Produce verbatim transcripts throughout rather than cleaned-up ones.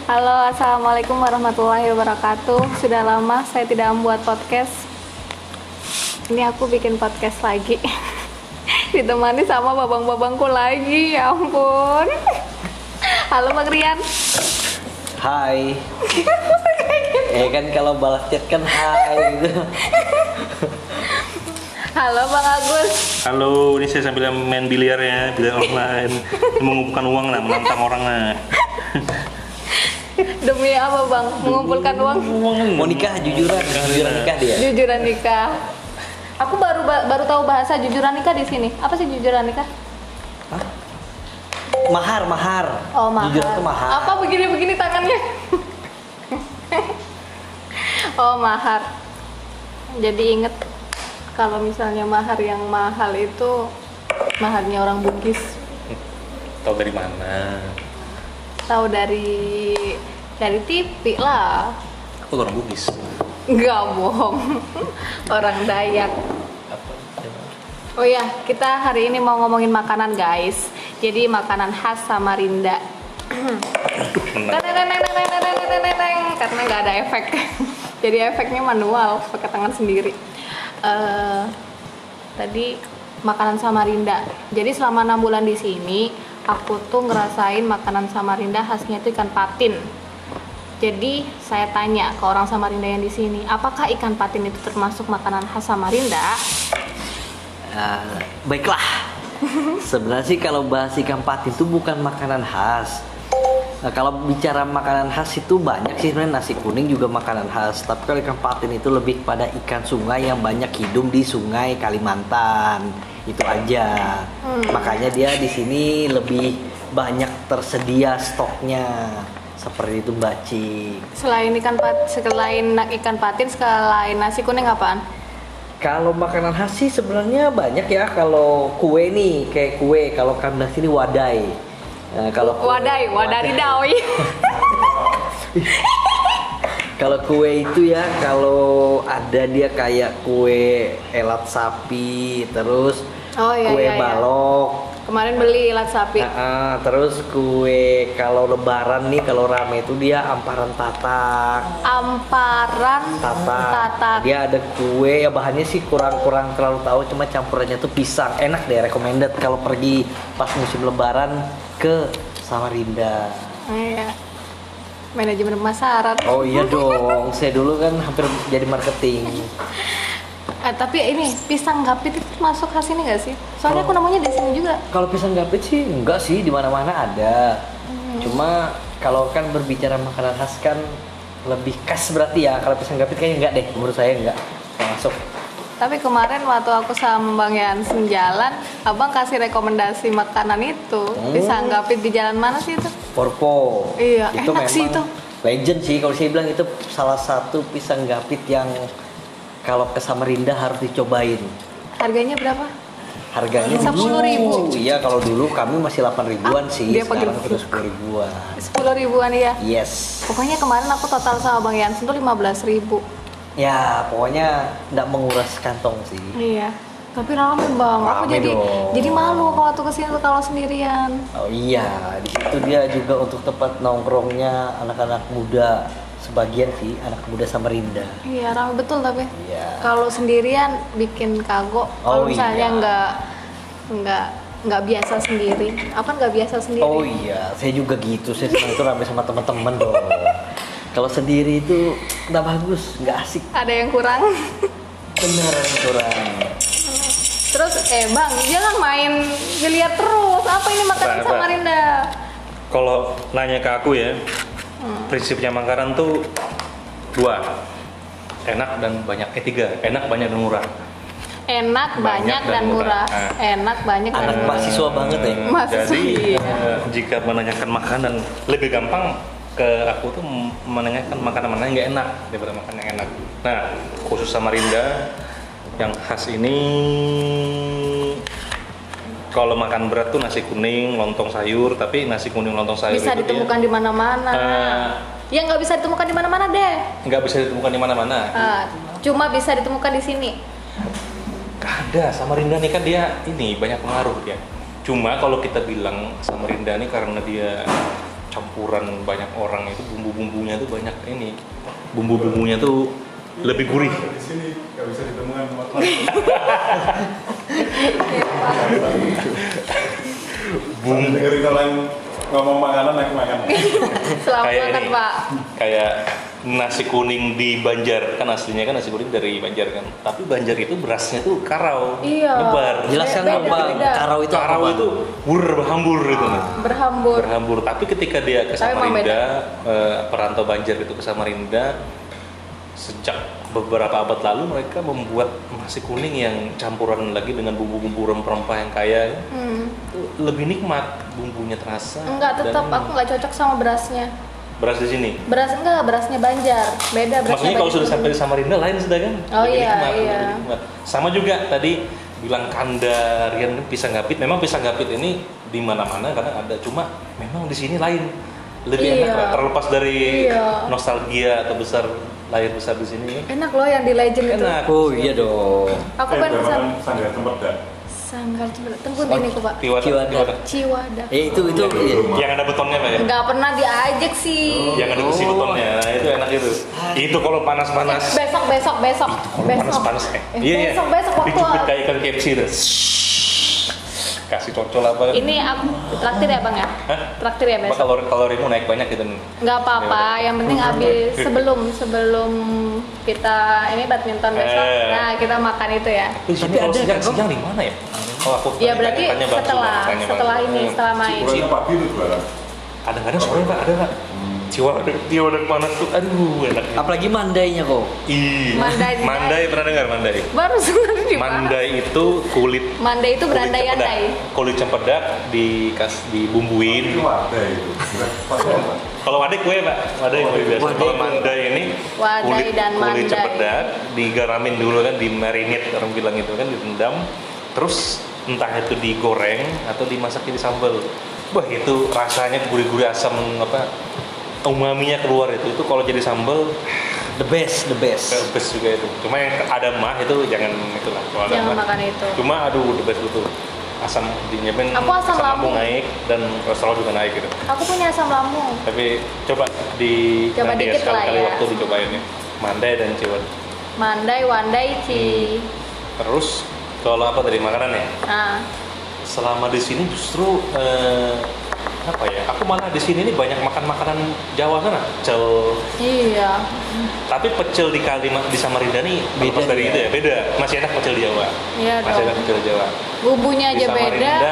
Halo, assalamualaikum warahmatullahi wabarakatuh. Sudah lama saya tidak membuat podcast. Ini aku bikin podcast lagi. Ditemani sama babang-babangku lagi, ya ampun. Halo Bang Rian. Hai. Eh kan kalau balas chat kan hai gitu. Halo Bang Agus. Halo, ini saya sambil main biliar ya, biliar online. Mengumpulkan uang lah, menantang orang lah. Demi apa Bang? Mengumpulkan uang? Mau nikah jujuran, jujuran nikah dia. Jujuran nikah. Aku baru baru tahu bahasa jujuran nikah di sini. Apa sih jujuran nikah? Hah? Mahar, mahar. Oh, mahar. Jujuran itu mahar. Apa begini-begini tangannya? Oh, mahar. Jadi inget kalau misalnya mahar yang mahal itu maharnya orang Bugis. Tahu dari mana? Tahu dari dari T V lah. Aku orang Bugis. Enggak bohong. Orang Dayak. Oh ya, kita hari ini mau ngomongin makanan guys. Jadi makanan khas Samarinda. Karena nggak ada efek. Jadi efeknya manual, pakai tangan sendiri. Uh, tadi makanan Samarinda. Jadi selama enam bulan di sini, aku tuh ngerasain makanan Samarinda khasnya itu ikan patin. Jadi saya tanya ke orang Samarinda yang di sini, apakah ikan patin itu termasuk makanan khas Samarinda? Uh, baiklah. Sebenarnya sih kalau bahas ikan patin itu bukan makanan khas. Nah, kalau bicara makanan khas itu banyak sih, sebenarnya nasi kuning juga makanan khas. Tapi kalau ikan patin itu lebih pada ikan sungai yang banyak hidup di sungai Kalimantan. Itu aja. Hmm. Makanya dia di sini lebih banyak tersedia stoknya. Seperti itu Mbak Ci. Selain ikan pat, selain ikan patin, selain nasi kuning apaan? Kalau makanan khas sih sebenarnya banyak ya. Kalau kue nih, kayak kue. Kalau kami di sini wadai. Nah, kalau kue, wadai, wadari dawi. Kalau kue itu ya, kalau ada dia kayak kue elat sapi, terus oh, iya, kue iya, balok. Iya. Kemarin beli elat sapi. Nah, uh, terus kue kalau lebaran nih, kalau rame itu dia amparan tatak. Amparan tatak. tatak. Dia ada kue ya, bahannya sih kurang-kurang terlalu tahu, cuma campurannya tuh pisang. Enak deh, recommended kalau pergi pas musim lebaran ke Samarinda. Oh, iya. Manajemen pemasaran. Oh iya dong, saya dulu kan hampir jadi marketing. Eh, tapi ini pisang gapit itu masuk khas ini nggak sih? Soalnya aku namanya di sini juga. Kalau pisang gapit sih enggak sih, di mana-mana ada. Hmm. Cuma kalau kan berbicara makanan khas kan lebih khas berarti ya. Kalau pisang gapit kayaknya enggak deh, menurut saya enggak masuk. Tapi kemarin waktu aku sama Bang Yansen jalan, Abang kasih rekomendasi makanan itu. Hmm. Pisang gapit di jalan mana sih itu? Porpo. Iya, itu enak memang sih itu. Legend sih kalau saya bilang, itu salah satu pisang gapit yang kalau ke Samarinda harus dicobain. Harganya berapa? Harganya sepuluh ribu. Iya, kalau dulu kami masih delapan ribuan ah, sih. Dia sekarang sudah sepuluh ribuan. Sepuluh ribuan ya? Yes. Pokoknya kemarin aku total sama Bang Yansen tuh lima belas ribu. Ya, pokoknya nggak menguras kantong sih. Iya. Tapi rame Bang. Rame aku jadi dong. jadi malu kalau waktu kesini tuh kalau sendirian. Oh iya, di situ dia juga untuk tempat nongkrongnya anak-anak muda. Sebagian sih anak muda Samarinda. Iya, ramai betul tapi. Iya. Kalau sendirian bikin kagok. Kalau Oh, misalnya iya. nggak nggak nggak biasa sendiri. Aku kan nggak biasa sendiri. Oh iya, saya juga gitu. Saya senang itu ramai sama teman-teman dong. Kalau sendiri itu nggak bagus, nggak asik. Ada yang kurang. Bener kurang. Terus eh Bang, jangan main biliar terus. Apa ini makanan Apa, apa? Samarinda? Kalau nanya ke aku ya, hmm. prinsipnya makanan tuh dua, enak dan banyak. Eh tiga, enak, banyak, dan murah. Enak, banyak, Banyak dan dan murah. murah. Nah. Enak, banyak, dan Anak murah. mahasiswa banget ya. Mahasiswa, Jadi iya. eh, jika menanyakan makanan, lebih gampang ke aku tuh menanyakan makanan mana yang nggak enak daripada makanan yang enak. Nah, khusus Samarinda yang khas ini, kalau makan berat tuh nasi kuning, lontong sayur. Tapi nasi kuning lontong sayur Bisa itu ditemukan dia, di mana-mana. uh, Ya nggak bisa ditemukan di mana-mana deh. nggak bisa ditemukan di mana-mana. Uh, cuma bisa ditemukan di sini. Gak ada, Samarinda nih kan dia ini banyak pengaruh dia. Cuma kalau kita bilang Samarinda nih karena dia campuran banyak orang itu bumbu-bumbunya tuh banyak ini. Bumbu-bumbunya tuh lebih gurih. Di sini nggak bisa ditemukan motor. Bumbu dengerin orang ngomong makanan naik makan. Selamat Kayak makan, ini. Pak. Kayak nasi kuning di Banjar, kan aslinya kan nasi kuning dari Banjar kan. Tapi Banjar itu berasnya tuh karau, Iya. nyebar. Jelaskan Beda, dong Bang, beda. karau itu apa Karau Bang? itu bur berhambur gitu. Berhambur. Berhambur. Tapi ketika dia ke Tapi emang Samarinda, eh, perantau Banjar itu ke Samarinda, sejak beberapa abad lalu mereka membuat nasi kuning yang campuran lagi dengan bumbu-bumbu rempah-rempah yang kaya, Hmm. itu lebih nikmat, bumbunya terasa. Enggak, tetap dan aku nggak cocok sama berasnya. beras di sini. Beras enggak, berasnya Banjar. Beda berasnya. Maksudnya kalau Banjar. sudah sampai di Samarinda lain sudah kan? Oh Lebih iya, nikmat, iya. lebih nikmat. Sama juga tadi bilang kandarian pisang gapit. Memang pisang gapit ini di mana-mana karena ada, cuma memang di sini lain. Lebih Iya. enak lah, terlepas dari Iya. nostalgia atau besar lahir besar di sini. Enak loh yang di Legend itu. Enak. Oh iya dong. Aku Eh, pengen berapa pesan kan sanggar tempat sanggar cepet. Tunggu ini kok, Pak. Tiwada. Ciwada. Tiwada. Ciwada. Eh itu itu iya. Yang ada betonnya Pak ya? Nggak pernah diajak sih. Yang ada besi Oh. betonnya, nah, itu enak itu. Itu kalau panas-panas. Besok, besok, besok. Kalau besok. panas-panas eh. Eh, Iya, iya. besok, besok waktu Dicubit kayak ikan K F C tuh. Kasih cocol apa kan? ini aku traktir ya Bang ya? Hah? Traktir ya Apa besok? kalori kalorimu naik banyak gitu nih? Nggak apa-apa, yang penting habis sebelum sebelum kita ini badminton besok, Eh. nah kita makan itu ya. Tapi Tapi kalau ada siang kan, Bang? siang di mana ya? Kalau aku Ya tanya- berarti tanya Bang setelah Sula, tanya Bang setelah Sula. ini Hmm. setelah main. Ukurannya pagi itu jualan. Kadang-kadang sore Pak, ada Pak. Ciwada, Ciwada panas tuh, aduh enak. Apalagi mandainya kok. Ih, Mandai. Mandai pernah dengar Mandai? Baru sekali dibahas. Mandai itu kulit Mandai itu kulit berandai-andai. cempedak. Kulit cempedak dikas dibumbuin. Itu wadah itu. Pakai apa? Kalau wadai kue Pak, wadai kue biasa. Wadai Kalau kue. mandai ini Wadai kulit dan kulit mandai. cempedak digaramin dulu kan, dimarinate orang bilang itu kan, direndam. Terus entah itu digoreng atau dimasak di sambal. Wah itu rasanya gurih-gurih asam apa umaminya keluar itu. Itu kalau jadi sambal The best, the best. the best juga itu. Cuma yang ada mah itu jangan itulah. Kalau ada Jangan mah. makan itu. Cuma aduh the best itu. Asam dinyamin Aku asam lambung. naik dan kolesterol juga naik gitu. Aku punya asam lambung. Tapi coba di Coba nanti ya, dikit lah sekali-kali ya. waktu dicobain ya. Mandai dan ciwad. Mandai, Wandai, Ci. Terus kalau apa tadi makanan ya? Nah, Selama di sini justru eh, apa ya? Aku malah di sini nih banyak makan makanan Jawa sana. Pecel. iya. Tapi pecel di Kalimantan di Samarinda nih beda Beda dari ya? itu ya. Beda. Masih enak pecel di Jawa. Iya Masih enak dong. pecel di Jawa. Bumbunya Di aja beda. Samarinda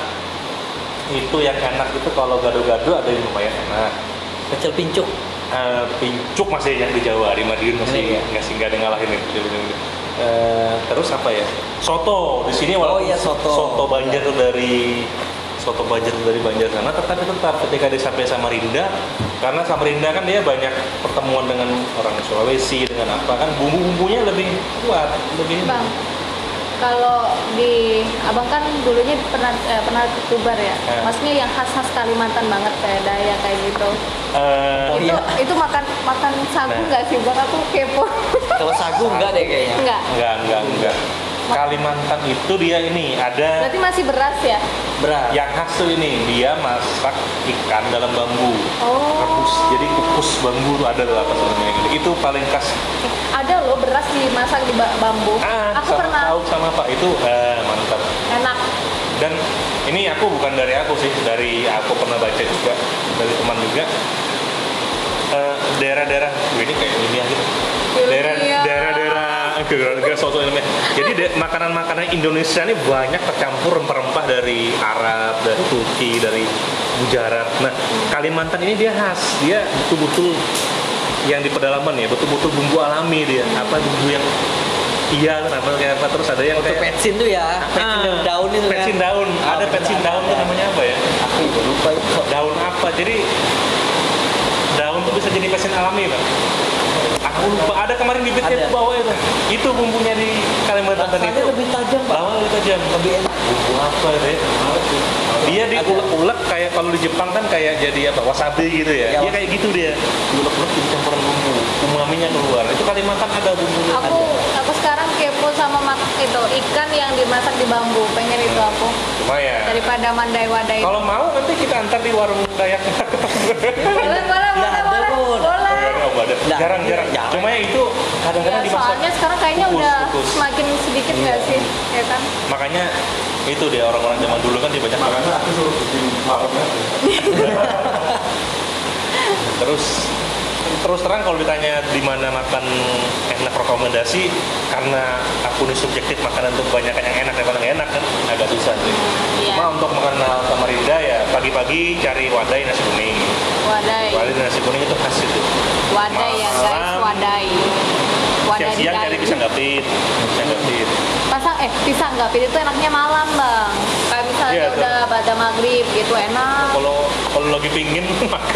itu yang enak itu kalau gado-gado ada yang lumayan enak. Pecel pincuk. Eh, pincuk masih yang di Jawa, di Madiun masih Enak ya? nggak sih nggak ada ngalahin itu. Eh, terus apa ya? Soto di sini walaupun Oh iya, soto. soto Banjar tuh dari soto Banjar tuh dari Banjar sana, tetapi tetap ketika dia sampai Samarinda, karena Samarinda kan dia banyak pertemuan dengan orang Sulawesi dengan apa kan bumbu-bumbunya lebih kuat, lebih Bang, kalau di abang kan dulunya pernah eh, pernah ke Kubar ya. Eh. Maksudnya yang khas-khas Kalimantan banget kayak Dayak kayak gitu. Eh, Oh, itu iya. itu makan makan sagu Nah. nggak sih bang? Aku kepo. Kalau sagu enggak deh kayaknya. Enggak. enggak enggak enggak. Kalimantan itu dia ini ada Berarti masih beras ya? Berat. yang khas tuh ini dia masak ikan dalam bambu. Oh. Rebus, jadi kukus bambu tuh ada tuh apa sebenarnya gitu. Itu paling khas. Ada loh beras dimasak di ba- bambu. Ah, aku sama pernah. tahu sama Pak itu eh, mantap. Enak. Dan ini aku bukan dari aku sih, dari aku pernah baca juga, dari teman juga. Eh, daerah-daerah ini kayak ilmiah gitu. Daerah Ilmiah. daerah-daerah gara-gara soto ilmiah. Jadi de- makanan-makanan Indonesia ini banyak tercampur rempah-rempah dari Arab, dari Turki, dari Gujarat. Nah, Kalimantan ini dia khas, dia betul-betul yang di pedalaman ya, betul-betul bumbu alami dia. Apa bumbu yang iya namanya kayak apa, terus ada yang Untuk kayak petsin tuh ya. Petsin Ah, daun itu kan. petsin daun. Ah, Ada benar, petsin daun ada. tuh namanya apa ya? Aku juga lupa itu. Daun apa? Jadi daun tuh bisa jadi petsin alami, Bang. Aku lupa ada kemarin di Ada. bibitnya bawah itu. Itu bumbunya di Kalimantan tadi Rasanya itu. lebih tajam, Pak. Lama lebih tajam. Lebih enak. Bumbu apa deh? Dia diulek-ulek kayak kalau di Jepang kan kayak jadi apa wasabi gitu ya. Ya, Dia kayak gitu dia. Diulek-ulek jadi campuran bumbu. Umaminya keluar. Itu Kalimantan ada bumbunya. Aku aku sekarang kepo sama mak itu ikan yang dimasak di bambu. Pengen itu aku. Lumayan. Daripada mandai wadai. Kalau mau nanti kita antar di warung Dayak. Boleh, boleh, Nggak boleh, ada, boleh. Bun. Boleh. Oh, nggak ada. Nggak, Jarang-jarang. jarang. Cuma ya itu kadang-kadang Ya, dimasak. soalnya sekarang kayaknya kukus, udah kukus. semakin sedikit nggak sih, ya kan? Makanya itu dia orang-orang zaman dulu kan dia banyak makan. Makanya aku suruh bikin malamnya. Terus terus terang kalau ditanya di mana makan enak rekomendasi, karena aku ini subjektif makanan tuh banyak yang enak daripada nggak enak kan agak susah sih. Iya. Cuma untuk mengenal Samarinda ya pagi-pagi cari wadai nasi kuning. Wadai, Wadai nasi kuning itu khas itu. wadai ya guys, Malam. wadai. Wadai Siang-siang cari dikali. pisang gapit, pisang gapit. Pasang eh pisang gapit itu enaknya malam bang. Kayak misalnya Iya, tuh. udah pada maghrib gitu enak. Kalau kalau lagi pingin makan.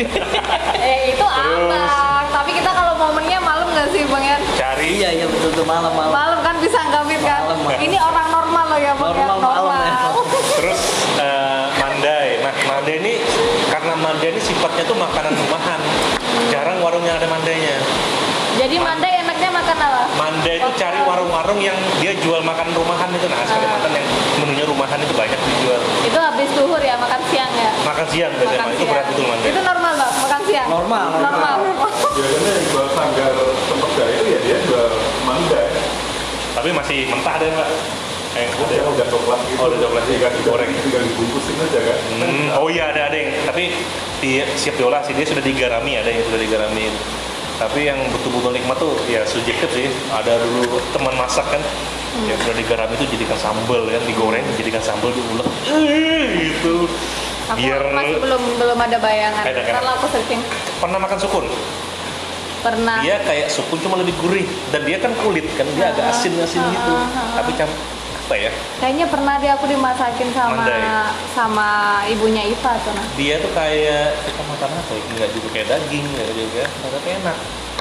Eh itu Terus. abang. Tapi kita kalau momennya malam nggak sih bang ya? Cari Iya, iya betul tuh malam-malam. Malam kan pisang gapit kan. Malam, Bang. Ini orang normal loh ya bang ya. Normal malam ya. terus eh, mandai. Nah, mandai ini karena mandai ini sifatnya tuh makanan rumahan. Jarang warung yang ada mandainya. Jadi mandai enaknya makan apa? Mandai itu cari warung-warung yang dia jual makan rumahan itu. Nah, Kalimantan yang menunya rumahan itu banyak dijual. Itu habis duhur ya makan siang ya. Makan siang biasanya, Makan itu siang. berat betul mandai. Itu normal bang makan siang. Normal, Normal. Biasanya yang jual sanggar tempat gaya itu ya dia jual mandai. Tapi masih mentah deh, Mbak. Eh, Dia udah coklat gitu. Oh, udah coklat, tinggal digoreng. Tinggal dibungkusin aja kan. Hmm, oh iya ada ada yang tapi dia siap diolah sih, dia sudah digarami, ada yang sudah digaramin. Tapi yang betul-betul nikmat tuh ya subjektif sih. Ada dulu teman masak kan yang sudah digarami itu jadikan sambal kan, digoreng jadikan sambal diulek. Eh, gitu. Aku Biar masih belum belum ada bayangan. Ada, kan? Karena aku searching pernah makan sukun. pernah. Dia kayak sukun cuma lebih gurih dan dia kan kulit kan dia agak asin-asin Ah, gitu. ah, ah, Tapi cam apa ya? Kayaknya pernah deh aku dimasakin sama Mandai. sama ibunya Iva tuh nah. Dia tuh kayak kita makan apa ya? Enggak juga kayak daging, enggak juga, tapi enak.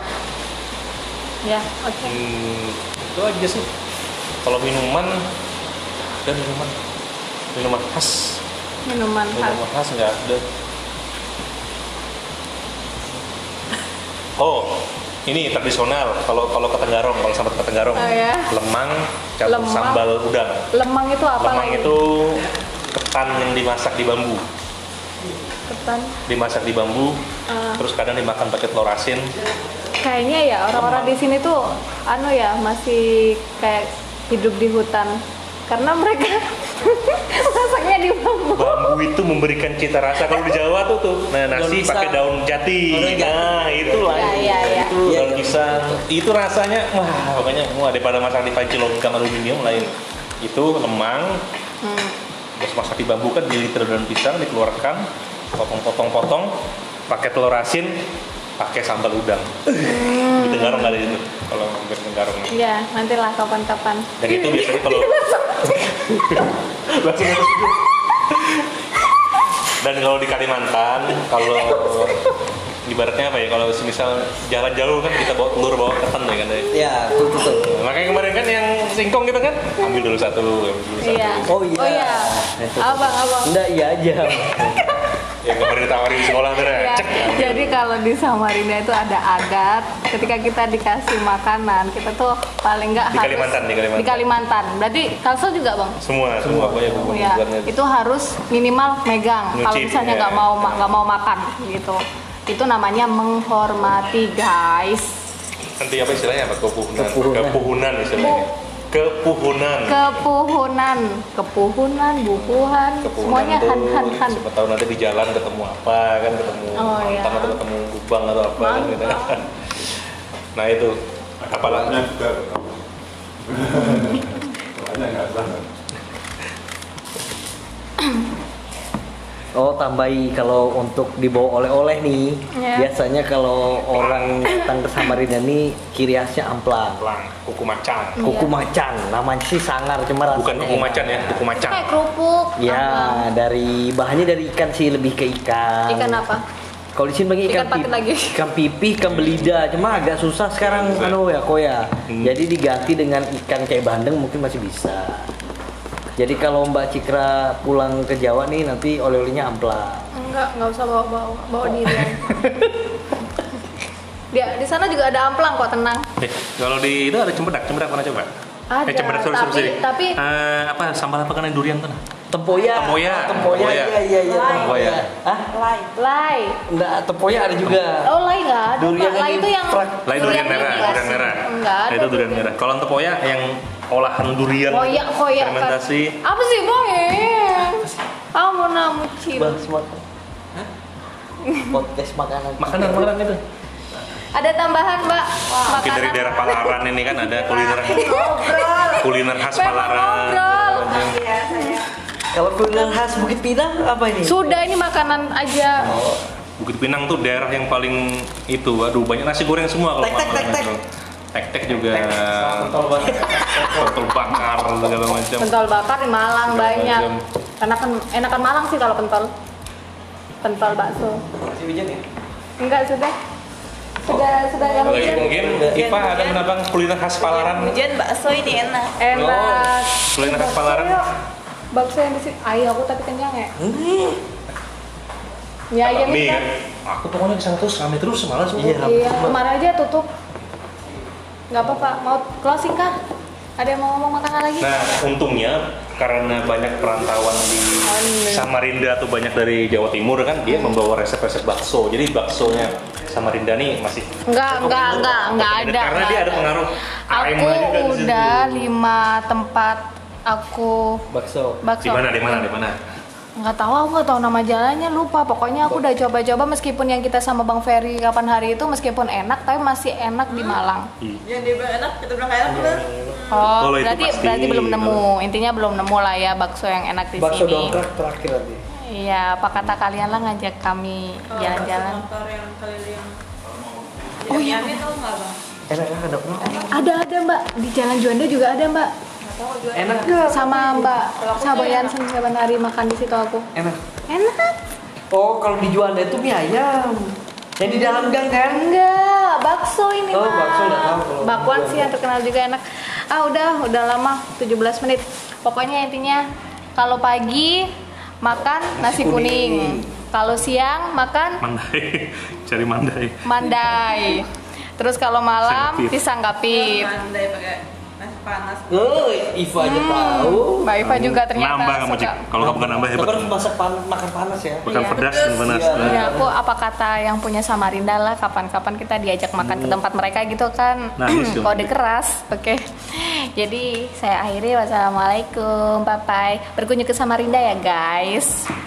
Ya, oke. Hmm, itu aja sih. Kalau minuman dan minuman minuman khas, Minuman khas. minuman khas nggak ada. Oh, ini tradisional. Kalau kalau ke Tenggarong, kalau sampai ke Tenggarong, Oh, ya? lemang campur Lemang. sambal udang. Lemang itu apa Lemang lagi? itu ketan yang dimasak di bambu, Ketan. dimasak di bambu, Ah. terus kadang dimakan pakai telur asin. Kayaknya ya orang-orang di sini tuh anu ya masih kayak hidup di hutan karena mereka masaknya di bambu. Bambu itu memberikan cita rasa. Kalau di Jawa tuh tuh, nah nasi Daun pakai pisang. daun jati. Oh, daun jati. Nah itu lah. Iya, iya, iya. Itu Iya, daun iya. pisang. Itu rasanya wah pokoknya wah daripada masak di panci logam aluminium lain. Itu lemang, Hmm. terus masak di bambu kan diliter daun pisang dikeluarkan, potong-potong-potong, pakai telur asin, pakai sambal udang. Di Tenggarong nggak ada itu. Kalau hampir Tenggarong. Ya, nantilah kapan-kapan. Dan itu biasanya kalau langsung masuk situ. Dan kalau di Kalimantan, kalau ibaratnya apa ya? Kalau misal jalan jauh kan kita bawa telur, bawa ketan ya kan. Ya. Ya, betul betul. Makanya kemarin kan yang singkong gitu kan, ambil dulu satu, ambil dulu satu. Iya. Oh iya. Oh iya. Itu. Abang, abang. Enggak, iya aja. Yang kemarin ditawarin di sekolah tuh, Ya, cek. ambil. jadi kalau di Samarinda itu ada adat ketika kita dikasih makanan kita tuh paling nggak Di harus Kalimantan, di Kalimantan. di Kalimantan. Berarti Kalsel juga bang? Semua, semua pokoknya Oh, bukan ya, bukannya. itu harus minimal megang. Kalau Nyuci, misalnya ya. nggak mau ma- nggak mau makan gitu, itu namanya menghormati guys. Nanti apa istilahnya apa? Kepuhunan. Kepuhunan. Kepuhunan istilahnya. Kepuhunan. Kepuhunan, kepuhunan, bukuhan, semuanya tuh, han han han. siapa tahu nanti di jalan ketemu apa kan, ketemu Oh, iya. mantan atau ketemu gubang atau apa kan, gitu. Mantap. Nah itu apalagi Makanya juga. Makanya nggak tahan. Oh, tambahi kalau untuk dibawa oleh-oleh nih. Ya. Biasanya kalau orang datang ke Samarinda nih ciri khasnya amplang. pelang, kuku macan. Kuku Iya. macan, namanya sih sangar cuma rasanya Bukan kuku enak. macan ya, kuku macan. Kayak kerupuk. Ya, apa? dari bahannya dari ikan sih, lebih ke ikan. Ikan apa? Kalau di sini bagi ikan, Ikan patin pipih, lagi. ikan pipih, ikan belida, cuma agak susah sekarang anu ya koya. Hmm. Jadi diganti dengan ikan kayak bandeng mungkin masih bisa. Jadi kalau Mbak Cikra pulang ke Jawa nih nanti oleh-olehnya amplang. Enggak, enggak usah bawa-bawa, bawa diri aja. Dia di sana juga ada amplang kok, tenang. Eh, kalau di itu ada cempedak, cempedak pernah coba? Ada, eh, cempedak sorry, sorry, tapi- sorry. tapi- Eh, apa sambal apa kan yang durian tuh? Tempoyak. Tempoyak. Tempoyak. Tempoyak. Iya iya iya. Tempoyak. Hah? Lai. Lai. Enggak, tempoyak ada juga. Oh, lai enggak ada. Durian Pak. Lai ini itu yang frak. Lain durian merah, ini, durian guys. merah. Enggak ada. Nah, itu durian merah. Kalau tempoyak yang olahan durian Koyak, koyak. kan. fermentasi. Apa sih, Boy? Kamu namu cil. Bahas makan. Hah? Podcast makanan. Makanan makanan itu. Ada tambahan, Mbak. Mungkin dari daerah Palaran ini kan ada kuliner kuliner khas Pengen Palaran. ngobrol. Iya, saya. Kalau kuliner khas Bukit Pinang apa ini? Sudah ini makanan aja. Oh, Bukit Pinang tuh daerah yang paling itu, aduh banyak nasi goreng semua kalau Tek, tek, Palaran tek, tek. itu. Tek-tek juga. Pentol banget. Pentol bakar segala macam. Pentol bakar di Malang Segala banyak. macam. Enakan enakan Malang sih kalau pentol. Pentol bakso. Masih hujan ya? Enggak sudah. Sudah sudah yang Lagi hujan. mungkin Iva ada menabang kuliner khas Palaran. Hujan bakso ini enak. Enak. Kuliner khas Palaran. Bakso yang di sini. Ayo aku tapi kenyang ya. Ya aja Mie nih kan. Aku pokoknya kesana terus rame terus semalam semua. Iya. Iya, kemarin aja tutup. Nggak apa-apa. Mau closing kah? Ada yang mau ngomong makanan lagi? Nah, untungnya karena banyak perantauan di Samarinda atau banyak dari Jawa Timur kan, dia membawa resep-resep bakso. Jadi baksonya Samarinda nih masih Enggak, enggak, enggak, enggak ada. Karena enggak dia ada pengaruh Aku Arema juga di situ. udah lima tempat aku Bakso. bakso. Di mana? Di mana? Di mana? Nggak tahu, aku nggak tahu nama jalannya, lupa. Pokoknya aku udah coba-coba meskipun yang kita sama Bang Ferry kapan hari itu meskipun enak, tapi masih enak di Malang. Yang dia bilang enak, kita bilang enak bener. Oh, Kalau itu berarti pasti. berarti belum nemu. Intinya belum nemu lah ya bakso yang enak di Bakso sini. dongkrak terakhir nanti. Iya, apa kata kalian lah ngajak kami Kalau jalan-jalan. bakso motor yang keliling. Oh iya. Ini tahu nggak bang? Enak kan ada orang? Ada ada Mbak di Jalan Juanda juga ada Mbak. Nggak tahu jual. Enak gak? Sama Mbak Saboyan kapan hari makan di situ aku. Enak. Enak. Oh, kalau di Juanda itu mie ayam. Yang di dalam gang kan? Enggak, bakso ini Oh, mah. bakso udah tahu kalau Bakwan Juanda. sih yang terkenal juga enak. Ah udah, udah lama tujuh belas menit. Pokoknya intinya kalau pagi makan nasi, Nasi kuning. kuning. Kalau siang makan Mandai. Cari mandai. mandai. Terus kalau malam Pisang kapit. pisang kapit. Pandai pakai nasi panas. Oh, Iva aja tahu. Mbak Iva juga ternyata Nambah kamu, Cik. suka. Kalau kamu bukan nambah hebat. Kita kan masak pan makan panas ya. Bukan Iya. pedas dan panas. Iya. Nah. Ya, aku apa kata yang punya Samarinda lah, kapan-kapan kita diajak makan ke tempat mereka gitu kan. Nah, itu. Kode keras, oke. Jadi saya akhiri, wassalamualaikum, bye bye. Berkunjung ke Samarinda ya guys.